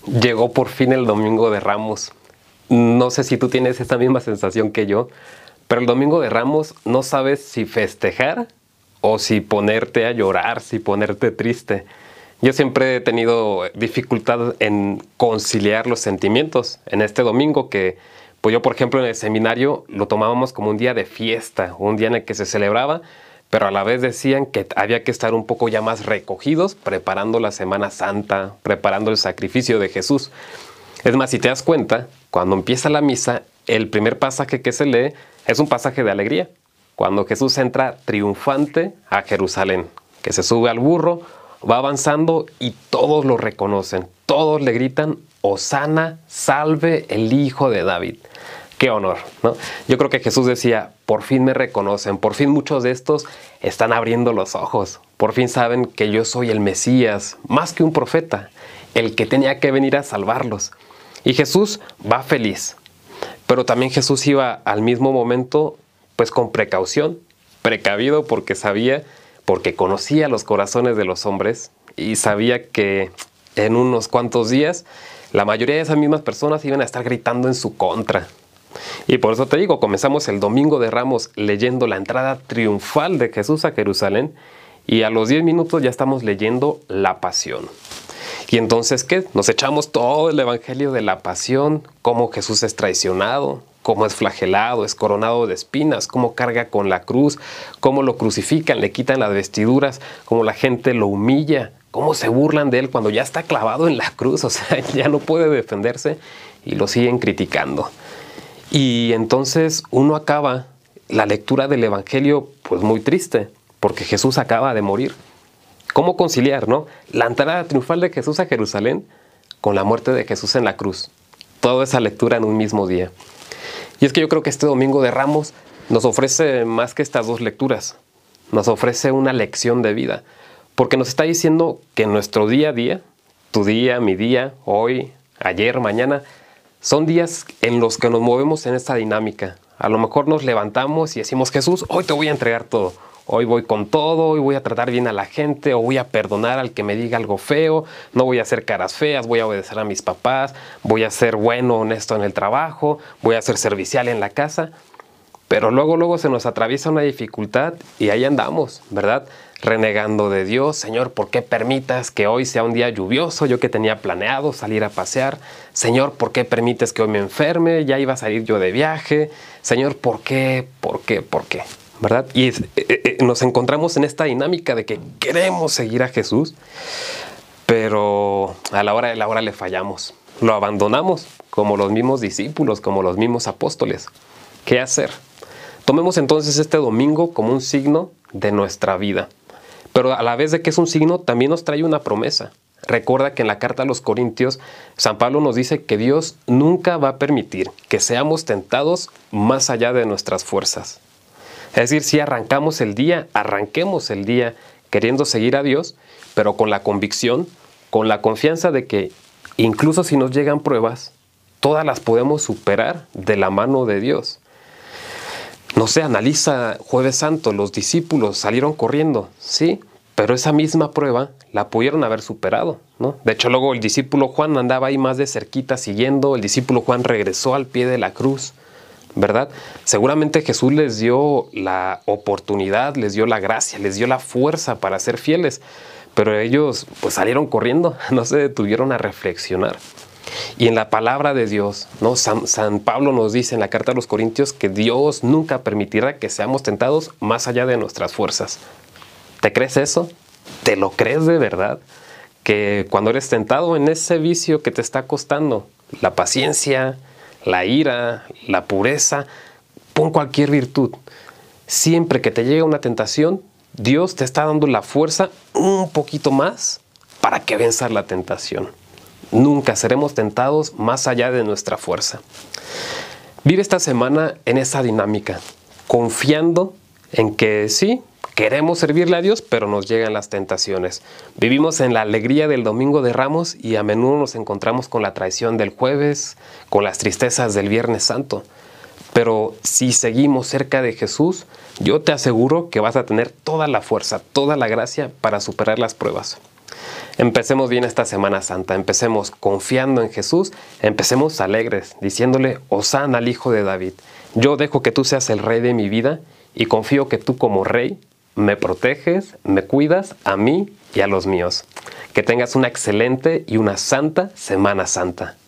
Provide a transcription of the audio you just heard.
Llegó por fin el Domingo de Ramos. No sé si tú tienes esta misma sensación que yo, pero el Domingo de Ramos no sabes si festejar o si ponerte a llorar, si ponerte triste. Yo siempre he tenido dificultad en conciliar los sentimientos. En este domingo que, pues yo por ejemplo en el seminario lo tomábamos como un día de fiesta, un día en el que se celebraba, pero a la vez decían que había que estar un poco ya más recogidos, preparando la Semana Santa, preparando el sacrificio de Jesús. Es más, si te das cuenta, cuando empieza la misa, el primer pasaje que se lee es un pasaje de alegría. Cuando Jesús entra triunfante a Jerusalén, que se sube al burro, va avanzando y todos lo reconocen. Todos le gritan, Hosana, salve el Hijo de David. ¡Qué honor!, ¿no? Yo creo que Jesús decía, por fin me reconocen, por fin muchos de estos están abriendo los ojos, por fin saben que yo soy el Mesías, más que un profeta, el que tenía que venir a salvarlos. Y Jesús va feliz, pero también Jesús iba al mismo momento pues con precaución, precavido porque sabía, porque conocía los corazones de los hombres y sabía que en unos cuantos días la mayoría de esas mismas personas iban a estar gritando en su contra. Y por eso te digo, comenzamos el Domingo de Ramos leyendo la entrada triunfal de Jesús a Jerusalén y a los 10 minutos ya estamos leyendo la Pasión. Y entonces, ¿qué? Nos echamos todo el Evangelio de la Pasión, cómo Jesús es traicionado, cómo es flagelado, es coronado de espinas, cómo carga con la cruz, cómo lo crucifican, le quitan las vestiduras, cómo la gente lo humilla, cómo se burlan de él cuando ya está clavado en la cruz, o sea, ya no puede defenderse y lo siguen criticando. Y entonces uno acaba la lectura del Evangelio pues muy triste, porque Jesús acaba de morir. ¿Cómo conciliar, no? La entrada triunfal de Jesús a Jerusalén con la muerte de Jesús en la cruz. Toda esa lectura en un mismo día. Y es que yo creo que este Domingo de Ramos nos ofrece más que estas dos lecturas. Nos ofrece una lección de vida. Porque nos está diciendo que nuestro día a día, tu día, mi día, hoy, ayer, mañana, son días en los que nos movemos en esta dinámica. A lo mejor nos levantamos y decimos, Jesús, hoy te voy a entregar todo. Hoy voy con todo, hoy voy a tratar bien a la gente, o voy a perdonar al que me diga algo feo, no voy a hacer caras feas, voy a obedecer a mis papás, voy a ser bueno, honesto en el trabajo, voy a ser servicial en la casa. Pero luego se nos atraviesa una dificultad y ahí andamos, ¿verdad? Renegando de Dios. Señor, ¿por qué permitas que hoy sea un día lluvioso? Yo que tenía planeado salir a pasear. Señor, ¿por qué permites que hoy me enferme? Ya iba a salir yo de viaje. Señor, ¿por qué? ¿Verdad? Y nos encontramos en esta dinámica de que queremos seguir a Jesús, pero a la hora de la hora le fallamos. Lo abandonamos, como los mismos discípulos, como los mismos apóstoles. ¿Qué hacer? Tomemos entonces este domingo como un signo de nuestra vida. Pero a la vez de que es un signo, también nos trae una promesa. Recuerda que en la carta a los Corintios, San Pablo nos dice que Dios nunca va a permitir que seamos tentados más allá de nuestras fuerzas. Es decir, si arranquemos el día queriendo seguir a Dios, pero con la convicción, con la confianza de que incluso si nos llegan pruebas, todas las podemos superar de la mano de Dios. No sé, analiza Jueves Santo, los discípulos salieron corriendo, sí, pero esa misma prueba la pudieron haber superado, ¿no? De hecho, luego el discípulo Juan andaba ahí más de cerquita siguiendo, el discípulo Juan regresó al pie de la cruz, ¿verdad? Seguramente Jesús les dio la oportunidad, les dio la gracia, les dio la fuerza para ser fieles, pero ellos pues salieron corriendo, no se detuvieron a reflexionar. Y en la palabra de Dios, ¿no? San Pablo nos dice en la carta a los Corintios que Dios nunca permitirá que seamos tentados más allá de nuestras fuerzas. ¿Te crees eso? ¿Te lo crees de verdad? Que cuando eres tentado en ese vicio que te está costando, la paciencia, la ira, la pureza, pon cualquier virtud. Siempre que te llega una tentación, Dios te está dando la fuerza un poquito más para que venzas la tentación. Nunca seremos tentados más allá de nuestra fuerza. Vive esta semana en esa dinámica, confiando en que sí, queremos servirle a Dios, pero nos llegan las tentaciones. Vivimos en la alegría del Domingo de Ramos y a menudo nos encontramos con la traición del jueves, con las tristezas del Viernes Santo. Pero si seguimos cerca de Jesús, yo te aseguro que vas a tener toda la fuerza, toda la gracia para superar las pruebas. Empecemos bien esta Semana Santa, empecemos confiando en Jesús, empecemos alegres, diciéndole, Hosana al Hijo de David. Yo dejo que tú seas el Rey de mi vida y confío que tú como Rey me proteges, me cuidas a mí y a los míos. Que tengas una excelente y una santa Semana Santa.